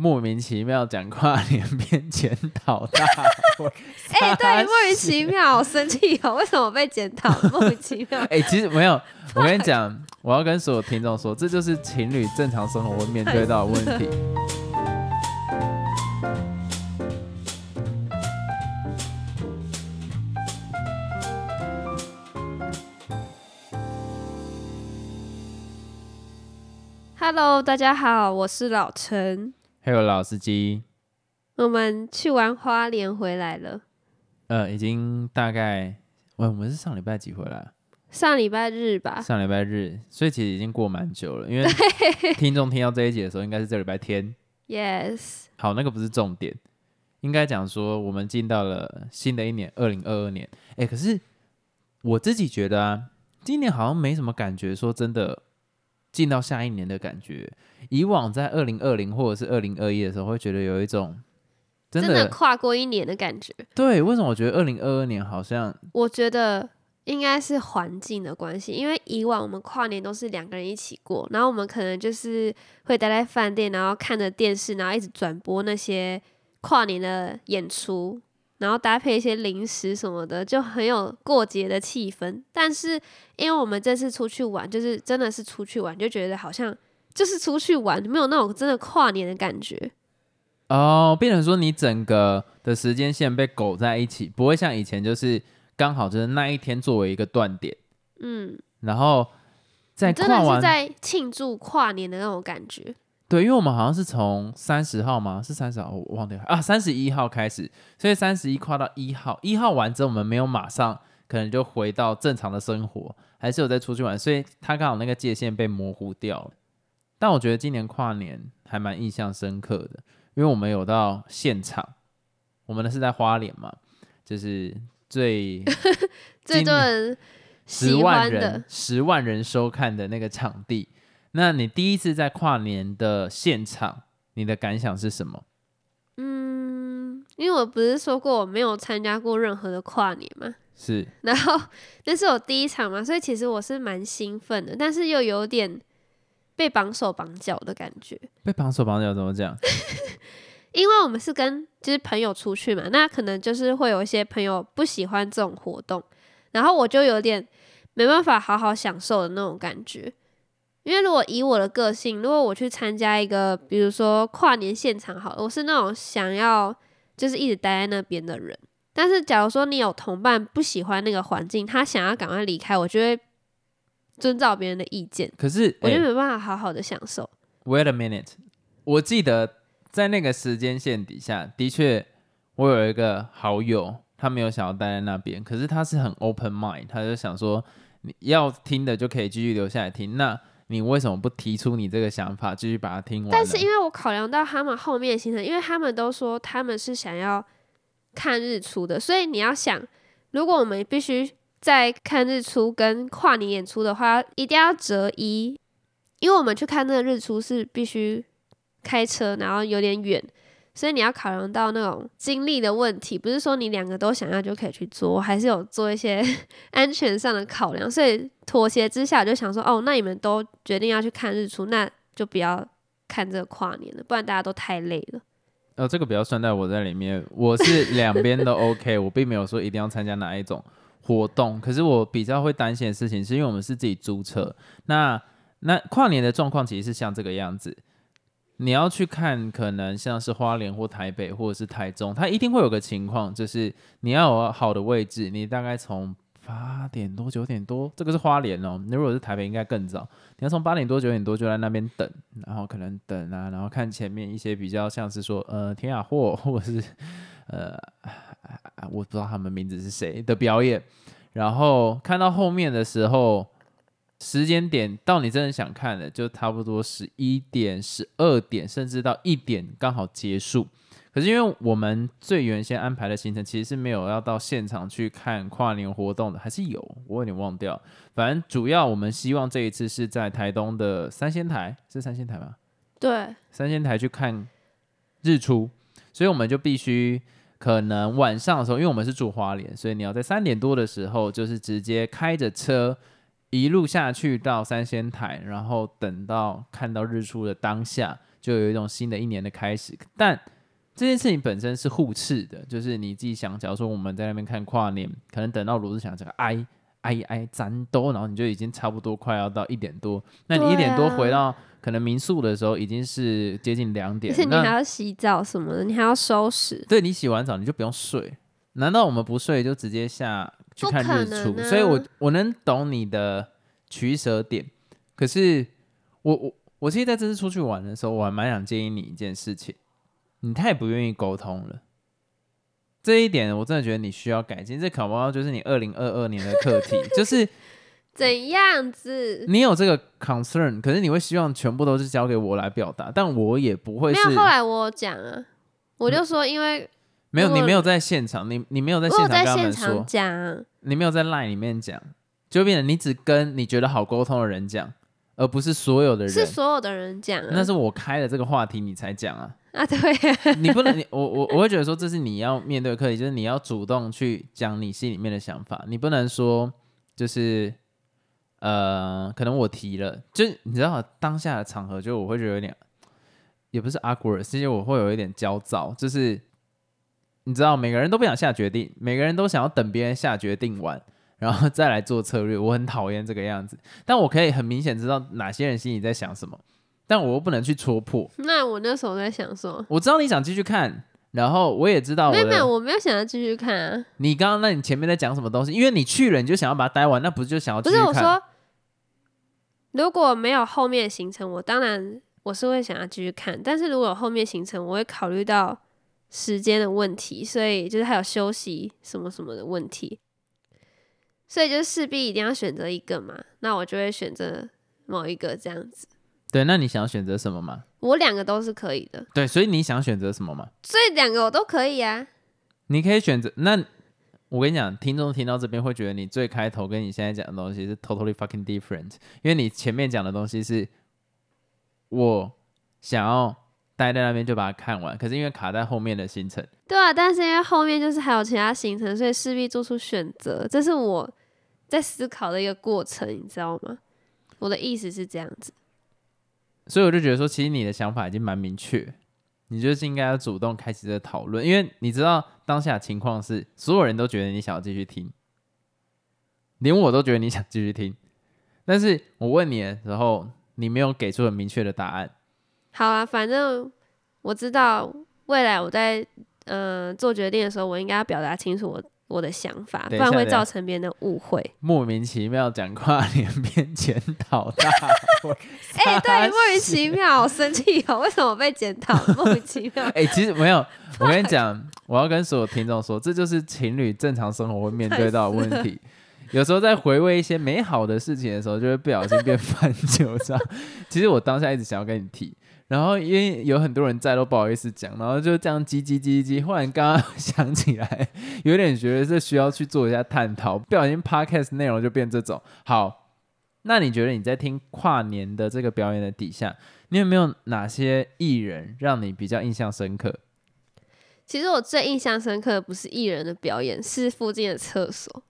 莫名其妙讲跨年变检讨大会。 对，莫名其妙，好生气哦！为什么被检讨？莫名其妙。 其实没有，我跟你讲，我要跟所有听众说，这就是情侣正常生活会面对到的问题。 Hello， 大家好，我是老陈， 还有老司机， 我们去玩花莲回来了。 已经大概，我们是上礼拜几回来？ 上礼拜日吧。 上礼拜日，所以其实已经过蛮久了，因为听众听到这一集的时候，应该是这礼拜天。 Yes。 好，那个不是重点，应该讲说我们进到了新的一年，2022年。可是我自己觉得啊，今年好像没什么感觉，说真的。进到下一年的感觉，以往在2020或者是2021的时候，会觉得有一种真的跨过一年的感觉。 对，为什么我觉得2022年好像？ 我觉得应该是环境的关系，因为以往我们跨年都是2个人一起过，然后我们可能就是会待在饭店，然后看着电视，然后一直转播那些跨年的演出。然后搭配一些零食什么的，就很有过节的气氛。但是因为我们这次出去玩，就是真的是出去玩，就觉得好像就是出去玩，没有那种真的跨年的感觉。 变成说你整个的时间线被勾在一起，不会像以前就是刚好就是那一天作为一个断点，然后在跨完真的是在庆祝跨年的那种感觉。 对，因为我们好像是从30号吗？是30号，我忘掉啊，31号开始，所以31跨到1号，1号完之后我们没有马上可能就回到正常的生活，还是有在出去玩，所以他刚好那个界限被模糊掉了。但我觉得今年跨年还蛮印象深刻的，因为我们有到现场，我们的是在花莲嘛，就是最多人喜欢的 10万人收看的那个场地。那你第一次在跨年的现场，你的感想是什么？ 因为我不是说过我没有参加过任何的跨年嘛， 是， 然后那是我第一场嘛，所以其实我是蛮兴奋的，但是又有点被绑手绑脚的感觉。 被绑手绑脚怎么讲？ 因为我们是跟就是朋友出去嘛，那可能就是会有一些朋友不喜欢这种活动，然后我就有点没办法好好享受的那种感觉。因为如果以我的个性，如果我去参加一个比如说跨年现场好了，我是那种想要就是一直待在那边的人，但是假如说你有同伴不喜欢那个环境，他想要赶快离开，我就会遵照别人的意见， 可是我就没办法好好的享受。 Wait a minute， 我记得在那个时间线底下，的确我有一个好友，他没有想要待在那边，可是他是很 open mind， 他就想说你要听的就可以继续留下来听，那你为什么不提出你这个想法，继续把它听完呢？ 但是因为我考量到他们后面的行程，因为他们都说他们是想要看日出的，所以你要想，如果我们必须在看日出跟跨年演出的话，一定要择一，因为我们去看那个日出是必须开车，然后有点远，所以你要考量到那种精力的问题，不是说你2个都想要就可以去做，还是有做一些安全上的考量，所以妥协之下我就想说，那你们都决定要去看日出，那就不要看这个跨年了，不然大家都太累了。 这个不要算在我在里面，我是两边都 OK， 我并没有说一定要参加哪一种活动，可是我比较会担心的事情是因为我们是自己租车，那跨年的状况其实是像这个样子。你要去看可能像是花莲或台北或者是台中，它一定会有个情况，就是你要有好的位置，你大概从8点多9点多，这个是花莲哦，如果是台北应该更早，你要从8点多9点多就在那边等，然后可能等啊，然后看前面一些比较像是说田雅霍或者是我不知道他们名字是谁的表演，然后看到后面的时候时间点到你真的想看的就差不多11点12点甚至到1点刚好结束。可是因为我们最原先安排的行程其实是没有要到现场去看跨年活动的，还是有我有点忘掉，反正主要我们希望这一次是在台东的三仙台，是三仙台吗？ 对， 三仙台去看日出，所以我们就必须可能晚上的时候，因为我们是住花莲，所以你要在3点多的时候就是直接开着车一路下去到三仙台，然后等到看到日出的当下就有一种新的一年的开始。但这件事情本身是互斥的，就是你自己想，假如说我们在那边看跨年，可能等到罗志祥这个哀战斗，然后你就已经差不多快要到1点多，那你1点多回到可能民宿的时候已经是接近2点， 而且你还要洗澡什么的，你还要收拾。 对，你洗完澡你就不用睡，难道我们不睡就直接下去看日出？所以我能懂你的取舍点，可是我其实在这次出去玩的时候，我还蛮想建议你一件事情，你太不愿意沟通了。这一点我真的觉得你需要改进，这搞不好就是你2022年的课题，就是怎样子？ 你有这个 concern， 可是你会希望全部都是交给我来表达，但我也不会是。 没有，后来我讲啊，我就说因为没有，你没有在现场，你没有在现场跟他们说， 我有在现场讲， 你没有在 LINE 里面讲，就变成你只跟你觉得好沟通的人讲，而不是所有的人。 是所有的人讲啊， 那是我开了这个话题你才讲啊。 啊，对啊， 你不能，我会觉得说这是你要面对的课题，就是你要主动去讲你心里面的想法，你不能说就是可能我提了，就你知道当下的场合，就我会觉得有点，也不是 awkward， 其实我会有一点焦躁，就是你知道每个人都不想下决定，每个人都想要等别人下决定完，然后再来做策略，我很讨厌这个样子，但我可以很明显知道哪些人心里在想什么。但我又不能去戳破。 那我那时候在想说， 我知道你想继续看，然后我也知道没有，我没有想要继续看啊。 你刚刚那你前面在讲什么东西？因为你去了，你就想要把它待完，那不是就想要继续看？ 不是我说，如果没有后面的行程，我当然我是会想要继续看，但是如果有后面行程，我会考虑到时间的问题，所以就是还有休息什么什么的问题，所以就势必一定要选择一个嘛，那我就会选择某一个这样子。 对，那你想要选择什么吗？ 我2个都是可以的。 对，所以你想选择什么吗？ 所以2个我都可以啊。 你可以选择。那我跟你讲，听众听到这边会觉得你最开头跟你现在讲的东西是 totally fucking different， 因为你前面讲的东西是我想要待在那边就把它看完，可是因为卡在后面的行程。 对啊，但是因为后面就是还有其他行程，所以势必做出选择，这是我在思考的一个过程，你知道吗？我的意思是这样子。 所以我就觉得说，其实你的想法已经蛮明确，你就是应该要主动开启这个讨论，因为你知道当下的情况是，所有人都觉得你想要继续听，连我都觉得你想继续听，但是我问你的时候，你没有给出很明确的答案。 好啊，反正我知道未来我在做决定的时候，我应该要表达清楚我的想法，不然会造成别人的误会。 莫名其妙讲跨年变检讨大会， 对，莫名其妙，好生气哦！为什么我被检讨？莫名其妙。 其实没有，我跟你讲，我要跟所有听众说，这就是情侣正常生活会面对到的问题。有时候在回味一些美好的事情的时候，就会不小心变翻旧账。其实我当下一直想要跟你提。然后因为有很多人在都不好意思讲，然后就这样叽，忽然刚刚想起来，有点觉得这需要去做一下探讨，不小心 podcast 内容就变这种。好，那你觉得你在听跨年的这个表演的底下，你有没有哪些艺人让你比较印象深刻？ 其实我最印象深刻的不是艺人的表演，是附近的厕所。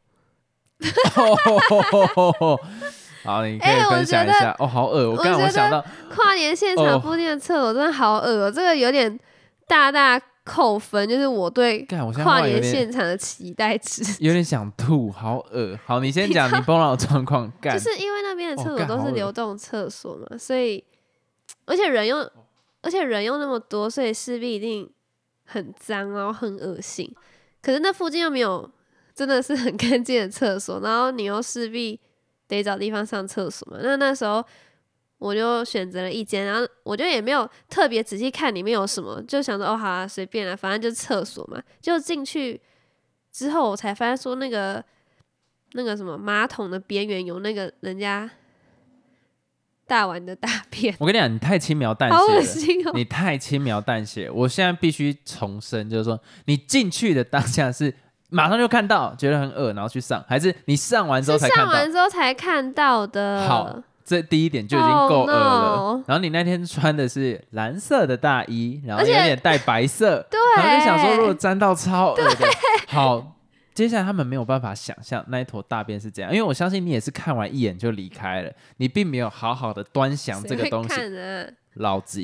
好，你可以分享一下。好恶！我刚才想到跨年现场附近的厕所真的好恶这个有点大扣分，就是我对跨年现场的期待值有点想吐，好恶。好，你先讲你碰到的状况。 就是因为那边的厕所都是流动厕所嘛，所以而且人又那么多，所以势必一定很脏，然后很恶心。可是那附近又没有真的是很干净的厕所，然后你又势必得找地方上厕所嘛。那时候我就选择了一间，然后我就也没有特别仔细看里面有什么，就想说好啊，随便啦，反正就是厕所嘛。就进去之后，我才发现说那个什么马桶的边缘有那个人家大碗的大便。 我跟你讲，你太轻描淡写了， 好恶心哦！ 你太轻描淡写。我现在必须重申，就是说你进去的当下是马上就看到，觉得很恶，然后去上，还是你上完之后才看到？ 上完之后才看到的。 好，这第一点就已经够恶了。然后你那天穿的是蓝色的大衣，然后有点带白色， 对， 然后就想说如果沾到超恶的。好，接下来他们没有办法想象那一坨大便是怎样，因为我相信你也是看完一眼就离开了，你并没有好好的端详这个东西。 谁会看啊？ 老子有，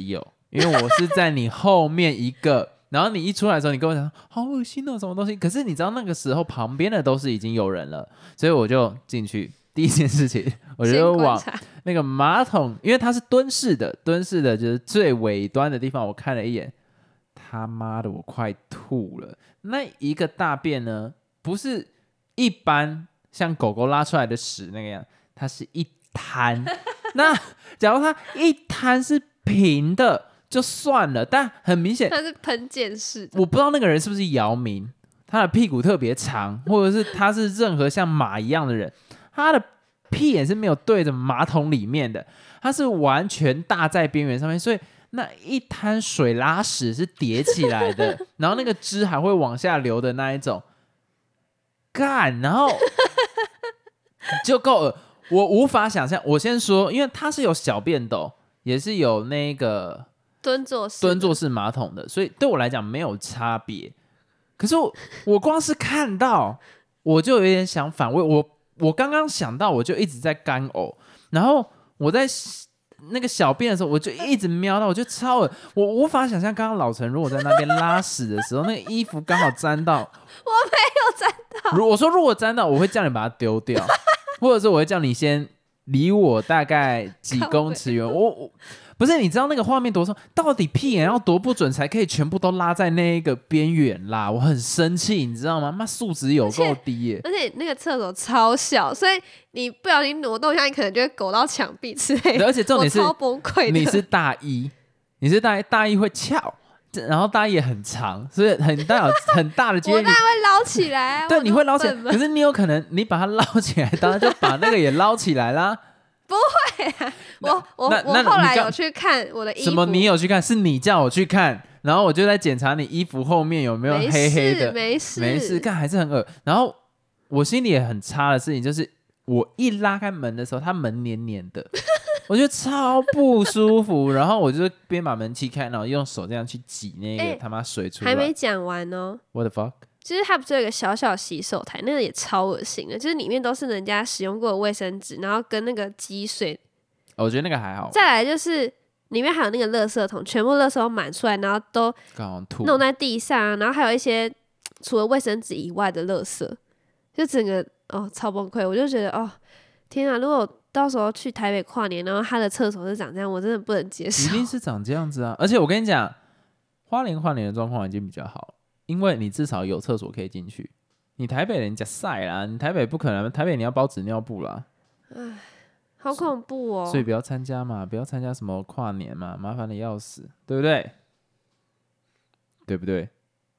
因为我是在你后面一个，然后你一出来的时候，你跟我讲好恶心哦，什么东西？可是你知道那个时候旁边的都是已经有人了，所以我就进去。第一件事情，我就往那个马桶，因为它是蹲式的，蹲式的就是最尾端的地方，我看了一眼，他妈的，我快吐了。那一个大便呢，不是一般像狗狗拉出来的屎那个样，它是一滩。那假如它一滩是平的就算了，但很明显它是喷溅式的， 我不知道那个人是不是姚明，他的屁股特别长，或者是他是任何像马一样的人，他的屁眼是没有对着马桶里面的，他是完全搭在边缘上面，所以那一滩水拉屎是叠起来的，然后那个汁还会往下流的那一种，干，然后就够了，我无法想象。我先说，因为它是有小便斗，也是有那个蹲坐式马桶的，所以对我来讲没有差别。可是我光是看到，我就有点想反胃。我刚刚想到，我就一直在干呕，然后我在那个小便的时候，我就一直瞄到，我就超恶，我无法想象刚刚老陈如果在那边拉屎的时候，那个衣服刚好沾到， 我没有沾到。 我说如果沾到，我会叫你把它丢掉，或者是我会叫你先离我大概几公尺远。我不是，你知道那个画面多少？到底屁眼要多不准才可以全部都拉在那一个边缘啦？我很生气，你知道吗？妈素质有够低耶！ 而且那个厕所超小，所以你不小心挪动一下，你可能就会勾到墙壁之类的。 而且重点是， 我超崩溃的。 你是大一，大一会翘，然后大一也很长，所以很大的几率， 我当然会捞起来啊。 对，你会捞起来，可是你有可能你把它捞起来，当然就把那个也捞起来啦。 不会啊，我后来有去看我的衣服。 什么？你有去看？是你叫我去看，然后我就在检查你衣服后面有没有黑黑的。 没事， 看还是很恶。然后我心里也很差的事情就是，我一拉开门的时候，它门黏黏的，我觉得超不舒服。然后我就边把门踢开，然后用手这样去挤那个他妈水出来。 还没讲完哦。 What the fuck？ 就是它不是有一个小小洗手台，那个也超恶心的，就是里面都是人家使用过的卫生纸，然后跟那个积水。 我觉得那个还好。 再来就是里面还有那个垃圾桶，全部垃圾都满出来，然后都弄在地上，然后还有一些除了卫生纸以外的垃圾，就整个超崩溃。我就觉得天啊，如果到时候去台北跨年，然后他的厕所是长这样，我真的不能接受。 一定是长这样子啊！而且我跟你讲，花莲跨年的状况已经比较好，因为你至少有厕所可以进去。你台北人家晒啦，你台北不可能，台北你要包纸尿布啦。 唉，好恐怖哦！ 所以不要参加嘛，不要参加什么跨年嘛，麻烦的要死，对不对？对不对？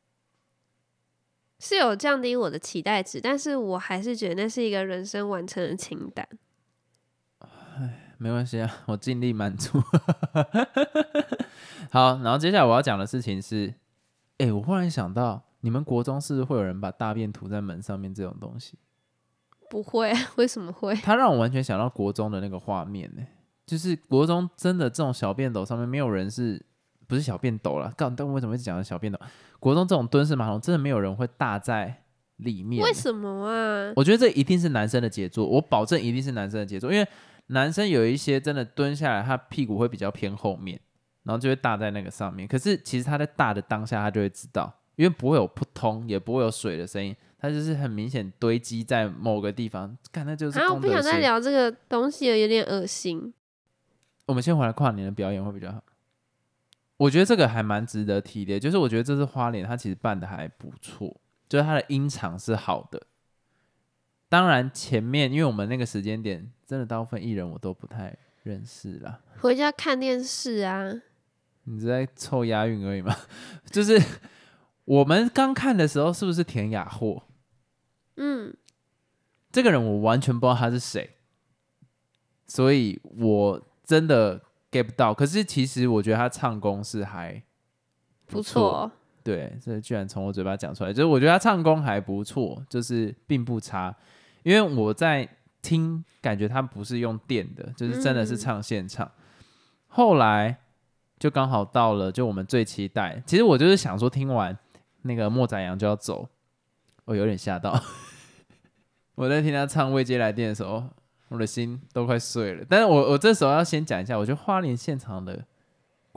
是有降低我的期待值，但是我还是觉得那是一个人生完成的清单。 唉，没关系啊，我尽力满足。好，然后接下来我要讲的事情是，我忽然想到，你们国中是不是会有人把大便涂在门上面这种东西？ 不会，为什么会？ 它让我完全想到国中的那个画面呢，就是国中真的这种小便斗上面没有人是，不是小便斗啦，但为什么会讲小便斗？国中这种蹲式马桶真的没有人会大在里面。 为什么啊？ 我觉得这一定是男生的杰作，我保证一定是男生的杰作，因为男生有一些真的蹲下来，他屁股会比较偏后面，然后就会大在那个上面。可是其实他在大的当下，他就会知道，因为不会有扑通，也不会有水的声音，它就是很明显堆积在某个地方。看，那就是我不想再聊这个东西了，有点恶心。 我们先回来跨年的表演会比较好。我觉得这个还蛮值得提的，就是我觉得这次花莲它其实办的还不错，就是它的音场是好的。当然前面因为我们那个时间点，真的大部分艺人我都不太认识啦。 回家看电视啊。 你在凑押韵而已嘛？就是我们刚看的时候，是不是田雅霍？这个人我完全不知道他是谁，所以我真的 get 不到。可是其实我觉得他唱功是还不错，对，这居然从我嘴巴讲出来，就是我觉得他唱功还不错，就是并不差。因为我在听，感觉他不是用电的，就是真的是唱现场。后来就刚好到了，就我们最期待。其实我就是想说，听完那个莫宰阳就要走，我有点吓到。我在听他唱《未接来电》的时候，我的心都快碎了。但是我这时候要先讲一下，我觉得花莲现场的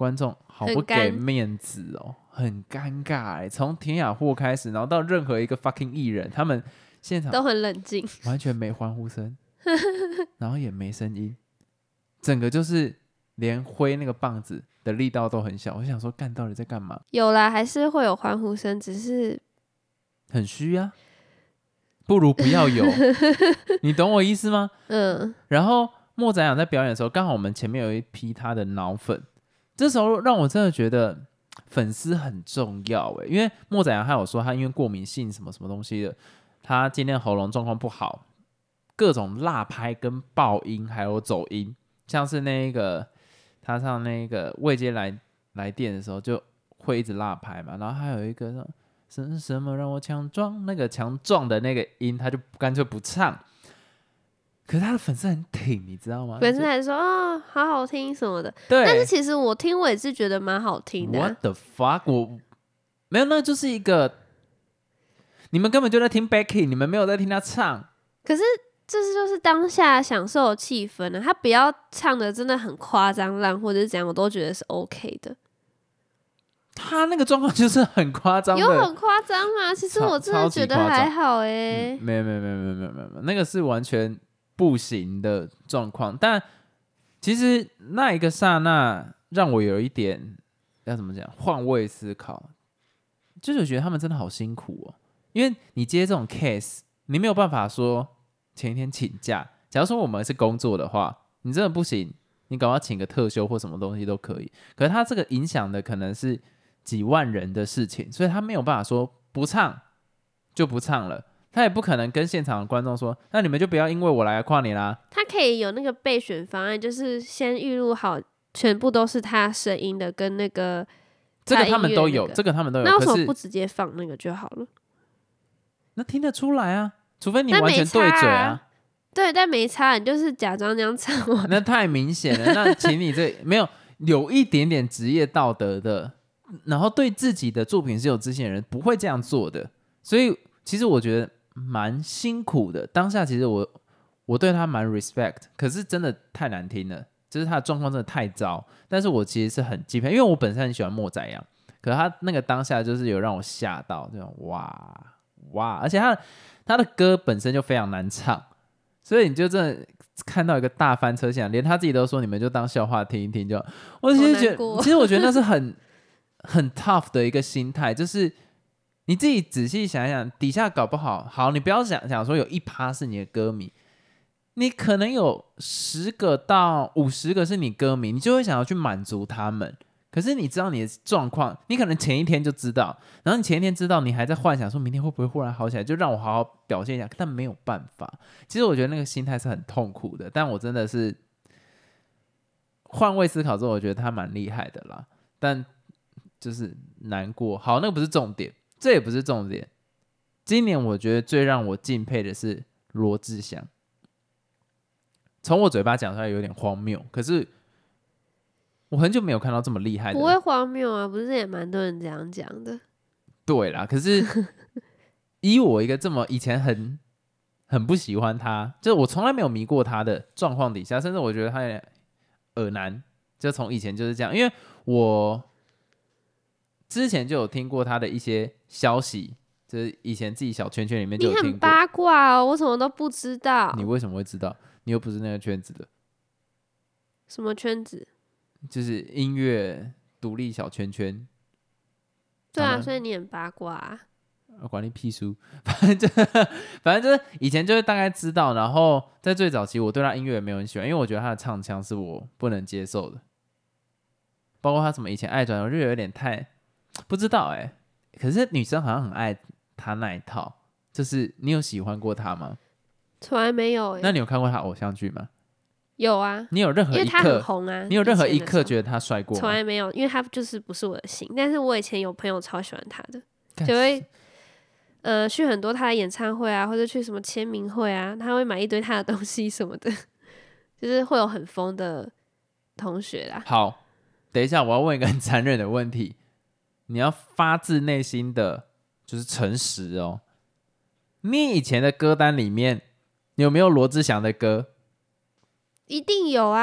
观众好不给面子哦，很尴尬哎。从田雅霍开始，然后到任何一个 fucking 艺人，他们现场都很冷静， 完全没欢呼声，然后也没声音，整个就是连挥那个棒子的力道都很小。我想说，干到底在干嘛？ 有啦，还是会有欢呼声，只是很虚啊，不如不要有，你懂我意思吗？然后莫宰阳在表演的时候，刚好我们前面有一批他的脑粉，这时候让我真的觉得粉丝很重要因为莫宰阳还有说他因为过敏性什么什么东西的，他今天喉咙状况不好，各种落拍跟爆音还有走音，像是那个他唱那个未接来电的时候就会一直落拍嘛，然后还有一个是什么让我强壮，那个强壮的那个音他就干脆不唱。可是他的粉丝很挺，你知道吗？ 粉丝还说好好听什么的。 对， 但是其实我听我也是觉得蛮好听的。 What the fuck？ 我没有，那就是一个你们根本就在听 Becky， 你们没有在听他唱。 可是这就是当下享受的气氛他不要唱的真的很夸张烂或者是怎样，我都觉得是 OK 的。 他那个状况就是很夸张的， 有很夸张吗？其实我真的觉得还好没有，那个是完全不行的状况。但其实那一个刹那让我有一点要怎么讲换位思考，就是我觉得他们真的好辛苦因为你接这种 case， 你没有办法说前一天请假。假如说我们是工作的话，你真的不行，你搞要请个特休或什么东西都可以。可是他这个影响的可能是几万人的事情，所以他没有办法说不唱就不唱了，他也不可能跟现场的观众说那你们就不要因为我来跨年啦。 他可以有那个备选方案，就是先预录好全部都是他声音的跟那个这个他们都有，这个他们都有。 那为什么不直接放那个就好了？ 那听得出来啊，除非你完全对嘴啊。 对，但没差，你就是假装这样唱完。 那太明显了。那请你这没有一点点职业道德的，然后对自己的作品是有自信的人不会这样做的。所以其实我觉得蛮辛苦的。当下其实我对他蛮 respect， 可是真的太难听了，就是他的状况真的太糟。但是我其实是很敬佩，因为我本身很喜欢莫宰阳，可是他那个当下就是有让我吓到，这种哇，而且他的歌本身就非常难唱，所以你就真的看到一个大翻车现象，连他自己都说你们就当笑话听一听就。我其实觉得，其实我觉得那是很 tough 的一个心态，就是你自己仔细想一想，底下搞不好，你不要想说有1%是你的歌迷，你可能有10个到50个是你歌迷，你就会想要去满足他们。可是你知道你的状况，你可能前一天就知道，然后你前一天知道，你还在幻想说明天会不会忽然好起来，就让我好好表现一下，但没有办法。其实我觉得那个心态是很痛苦的，但我真的是换位思考之后，我觉得他蛮厉害的啦，但就是难过。好，那个不是重点，这也不是重点。今年我觉得最让我敬佩的是罗志祥，从我嘴巴讲出来有点荒谬，可是我很久没有看到这么厉害的。 不会荒谬啊，不是也蛮多人这样讲的。 对啦，可是以我一个这么以前很不喜欢他，就是我从来没有迷过他的状况底下，甚至我觉得他有点恶男，就从以前就是这样。因为我之前就有听过他的一些消息，就是以前自己小圈圈里面就有听过。 你很八卦哦，我什么都不知道。 你为什么会知道？你又不是那个圈子的。 什么圈子？ 就是音乐独立小圈圈。 对啊，所以你很八卦啊。 管你屁书，反正就是以前就是大概知道，然后在最早期我对他音乐也没有很喜欢，因为我觉得他的唱腔是我不能接受的，包括他什么以前爱转，我就有点太不知道可是女生好像很爱他那一套，就是你有喜欢过他吗？ 从来没有那你有看过他偶像剧吗？ 有啊。 你有任何一刻， 因为他很红啊， 你有任何一刻觉得他帅过吗？ 从来没有，因为他就是不是我的型。但是我以前有朋友超喜欢他的，就会去很多他的演唱会啊，或者去什么签名会啊，他会买一堆他的东西什么的，就是会有很疯的同学啦。 好，等一下我要问一个很残忍的问题，你要发自内心的就是诚实哦。你以前的歌单里面有没有罗志祥的歌？ 一定有啊。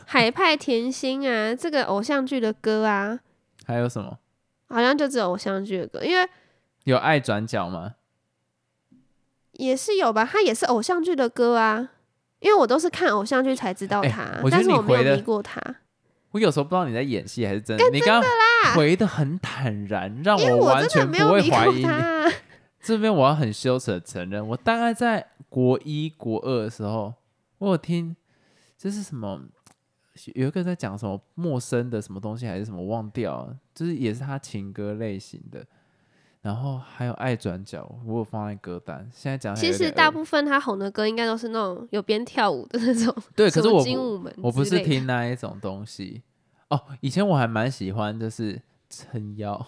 海派甜心啊，这个偶像剧的歌啊， 还有什么？ 好像就只有偶像剧的歌，因为有爱转角吗？ 也是有吧，他也是偶像剧的歌啊。因为我都是看偶像剧才知道他， 我觉得但是我没有你回的迷过他。 我有时候不知道你在演戏还是真的。你刚刚回的很坦然，让我完全不会怀疑你。这边我要很羞耻的承认，我大概在国一、国二的时候，我有听，这是什么？有一个在讲什么陌生的什么东西，还是什么忘掉了，就是也是他情歌类型的。然后还有爱转角，我有放在歌单。现在讲起来有点其实大部分他红的歌应该都是那种有边跳舞的那种， 对，可是我不是听听那一种东西哦。以前我还蛮喜欢，就是撑腰。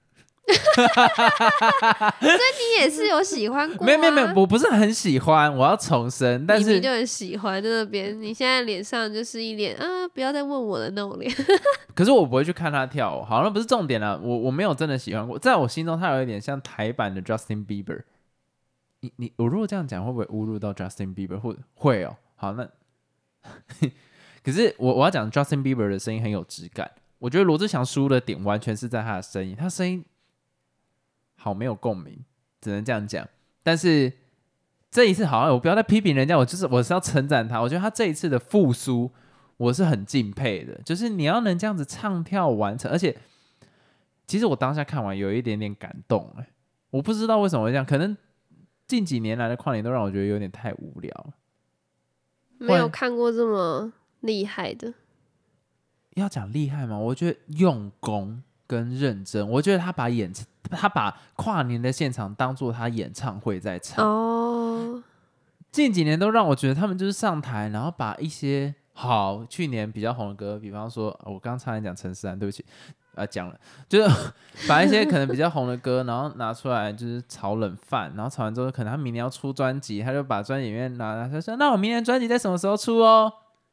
所以你也是有喜欢过、啊？ 没有，我不是很喜欢，我要重申。但是你就很喜欢在那边，你现在脸上就是一脸啊，不要再问我的那种脸。 可是我不会去看他跳舞，好像不是重点啦。我没有真的喜欢过，在我心中他有一点像台版的 Justin Bieber。我如果这样讲会不会侮辱到 Justin Bieber？会哦。好，那可是我要讲 Justin Bieber 的声音很有质感，我觉得罗志祥输的点完全是在他的声音，他声音好没有共鸣，只能这样讲。但是这一次好像我不要再批评人家，我是要称赞他。我觉得他这一次的复苏，我是很敬佩的。就是你要能这样子唱跳完成，而且其实我当下看完有一点点感动。我不知道为什么会这样，可能近几年来的跨年都让我觉得有点太无聊了。 没有看过这么厉害的。 要讲厉害吗？我觉得用功跟认真，我觉得他把跨年的现场当做他演唱会在唱。 哦， 近几年都让我觉得他们就是上台，然后把一些去年比较红的歌，比方说我刚差点讲陈思安，对不起，讲了，就是把一些可能比较红的歌，然后拿出来就是炒冷饭，然后炒完之后，可能他明年要出专辑，他就把专辑里面拿出来说，那我明年专辑在什么时候出哦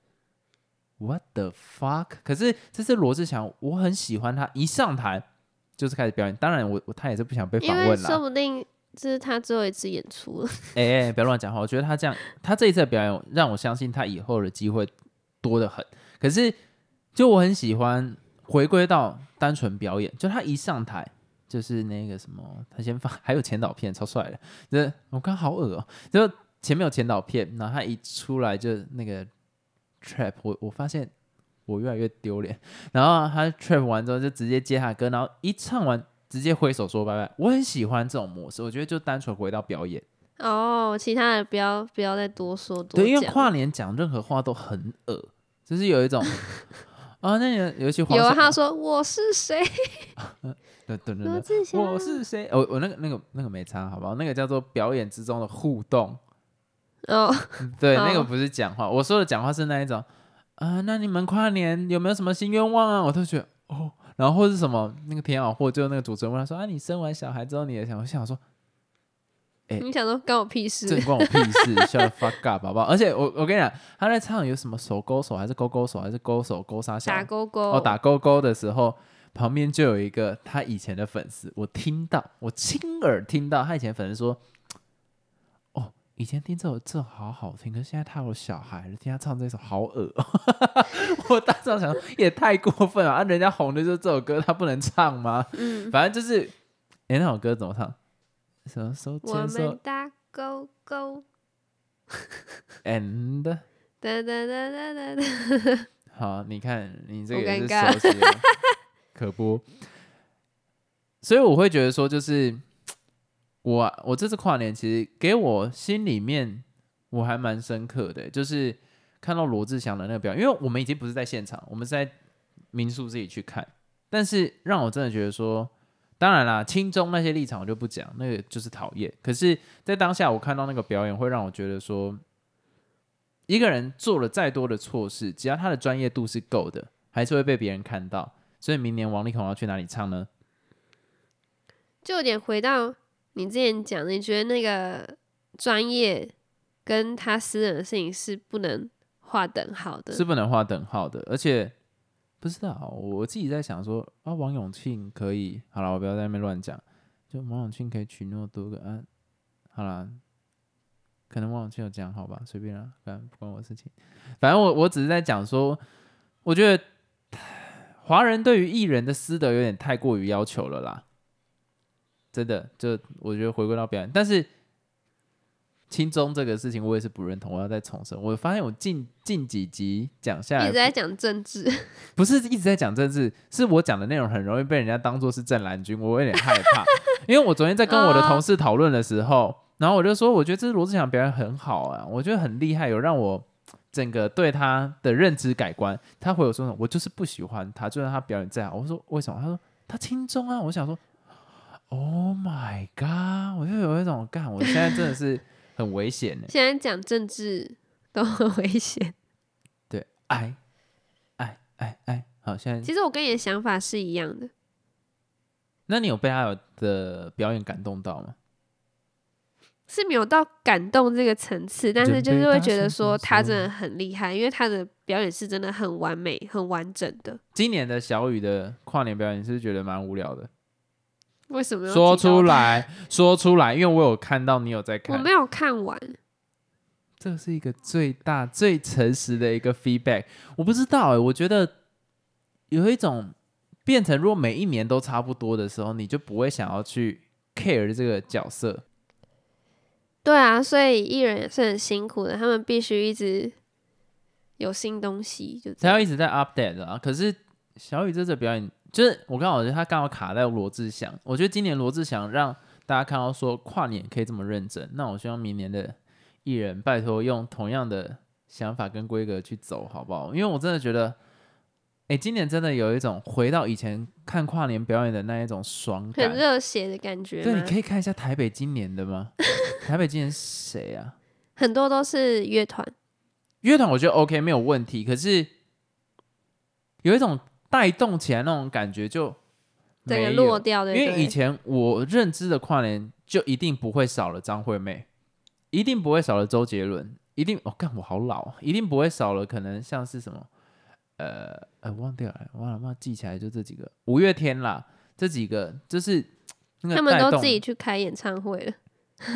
？What the fuck？ 可是这次罗志祥，我很喜欢他一上台就是开始表演。当然他也是不想被访问啦， 因为说不定这是他最后一次演出了。 不要乱讲话。我觉得他这一次的表演让我相信他以后的机会多得很。可是就我很喜欢回归到单纯表演，就他一上台就是那个什么，他先放还有前导片，超帅的。就是我刚好恶哦，就前面有前导片，然后他一出来就那个。trap 我发现我越来越丢脸，然后他 trap 完之后就直接接他的歌，然后一唱完直接挥手说拜拜。我很喜欢这种模式，我觉得就单纯回到表演哦，其他的不要再多说多讲。 对，因为跨年讲任何话都很恶，就是有一种那尤其有他说我是谁对，我是谁？我那个没差，好不好？那个叫做表演之中的互动。对，那个不是讲话，我说的讲话是那一种那你们跨年有没有什么新愿望啊？我都觉得然后或是什么那个田小或就那个主持人问他说你生完小孩之后你也想，我想说你想说关我屁事？ 这关我屁事，shut the fuck up， 好不好？而且我跟你讲，他在唱有什么手勾手还是勾勾手还是勾手勾啥小打勾勾打勾勾的时候，旁边就有一个他以前的粉丝，我亲耳听到他以前粉丝说。以前听这首好好听，可是现在他有小孩了，听他唱这首好恶我当时想说也太过分了人家红的就是这首歌，他不能唱吗？反正就是那首歌怎么唱？什么手牵手？ 我们打勾勾 and 哒哒哒哒哒哒。 好，你看你这个也是熟悉的，可不。所以我会觉得说，就是我这次跨年其实给我心里面我还蛮深刻的，就是看到罗志祥的那个表演，因为我们已经不是在现场，我们是在民宿自己去看，但是让我真的觉得说，当然啦，亲中那些立场我就不讲，那个就是讨厌。可是，在当下我看到那个表演，会让我觉得说，一个人做了再多的错事，只要他的专业度是够的，还是会被别人看到。所以明年王力宏要去哪里唱呢？ 就有点回到你之前讲的，你觉得那个专业跟他私人的事情是不能划等号的， 是不能划等号的。而且不知道，我自己在想说王永庆可以，好了，我不要在那边乱讲，就王永庆可以娶那么多个好了，可能王永庆有讲好吧，随便啦，不关我的事情。反正我只是在讲说， 我觉得华人对于艺人的私德有点太过于要求了啦，真的，就我觉得回归到表演，但是亲中这个事情我也是不认同，我要再重申。我发现我近几集讲下来， 一直在讲政治， 不是一直在讲政治，是我讲的内容很容易被人家当作是正蓝军，我有点害怕。因为我昨天在跟我的同事讨论的时候，然后我就说，我觉得这罗志祥表演很好啊，我觉得很厉害，有让我整个对他的认知改观。他回我说，我就是不喜欢他，就算他表演再好。我说为什么？他说他亲中啊。我想说 ，Oh my god！ 我就有一种干，我现在真的是很危险呢。 现在讲政治都很危险。 对，爱，好，现在其实我跟你的想法是一样的。 那你有被他的表演感动到吗？ 是没有到感动这个层次，但是就是会觉得说他真的很厉害，因为他的表演是真的很完美、很完整的。 今年的小雨的跨年表演是不是觉得蛮无聊的？ 为什么要说出来，说出来，因为我有看到你有在看， 我没有看完。 这是一个最大、最诚实的一个 feedback。我不知道我觉得有一种变成，如果每一年都差不多的时候，你就不会想要去 care 这个角色。 对啊，所以艺人也是很辛苦的，他们必须一直有新东西，就这样他要一直在 update 啊。可是小雨这次表演，就是我刚好觉得他刚好卡在罗志祥，我觉得今年罗志祥让大家看到说跨年可以这么认真，那我希望明年的艺人拜托用同样的想法跟规格去走，好不好？因为我真的觉得，今年真的有一种回到以前看跨年表演的那一种爽感， 很热血的感觉。 对，你可以看一下台北今年的吗？台北今年是谁啊？ 很多都是乐团， 乐团我觉得 OK 没有问题，可是有一种带动起来那种感觉就整个没有落掉，对不对？ 因为以前我认知的跨年就一定不会少了张惠妹，一定不会少了周杰伦，一定干我好老，一定不会少了可能像是什么忘掉了，忘了记起来就这几个，五月天啦，这几个就是那个他们带动都自己去开演唱会了。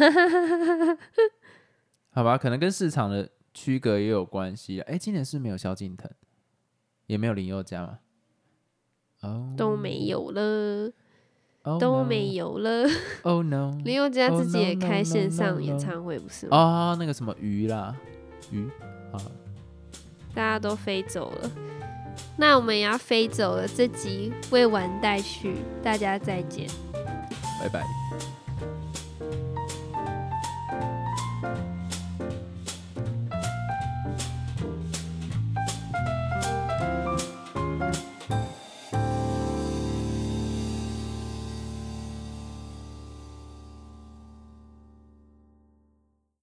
好吧，可能跟市场的区隔也有关系。今年是没有萧敬腾，也没有林宥嘉嘛？ 都没有了， 都没有了。 Oh no！ 林宥嘉自己也开线上演唱会，不是吗？ 哦，那个什么鱼啦，鱼啊， 大家都飞走了，那我们也要飞走了。这集未完待续，大家再见， 拜拜。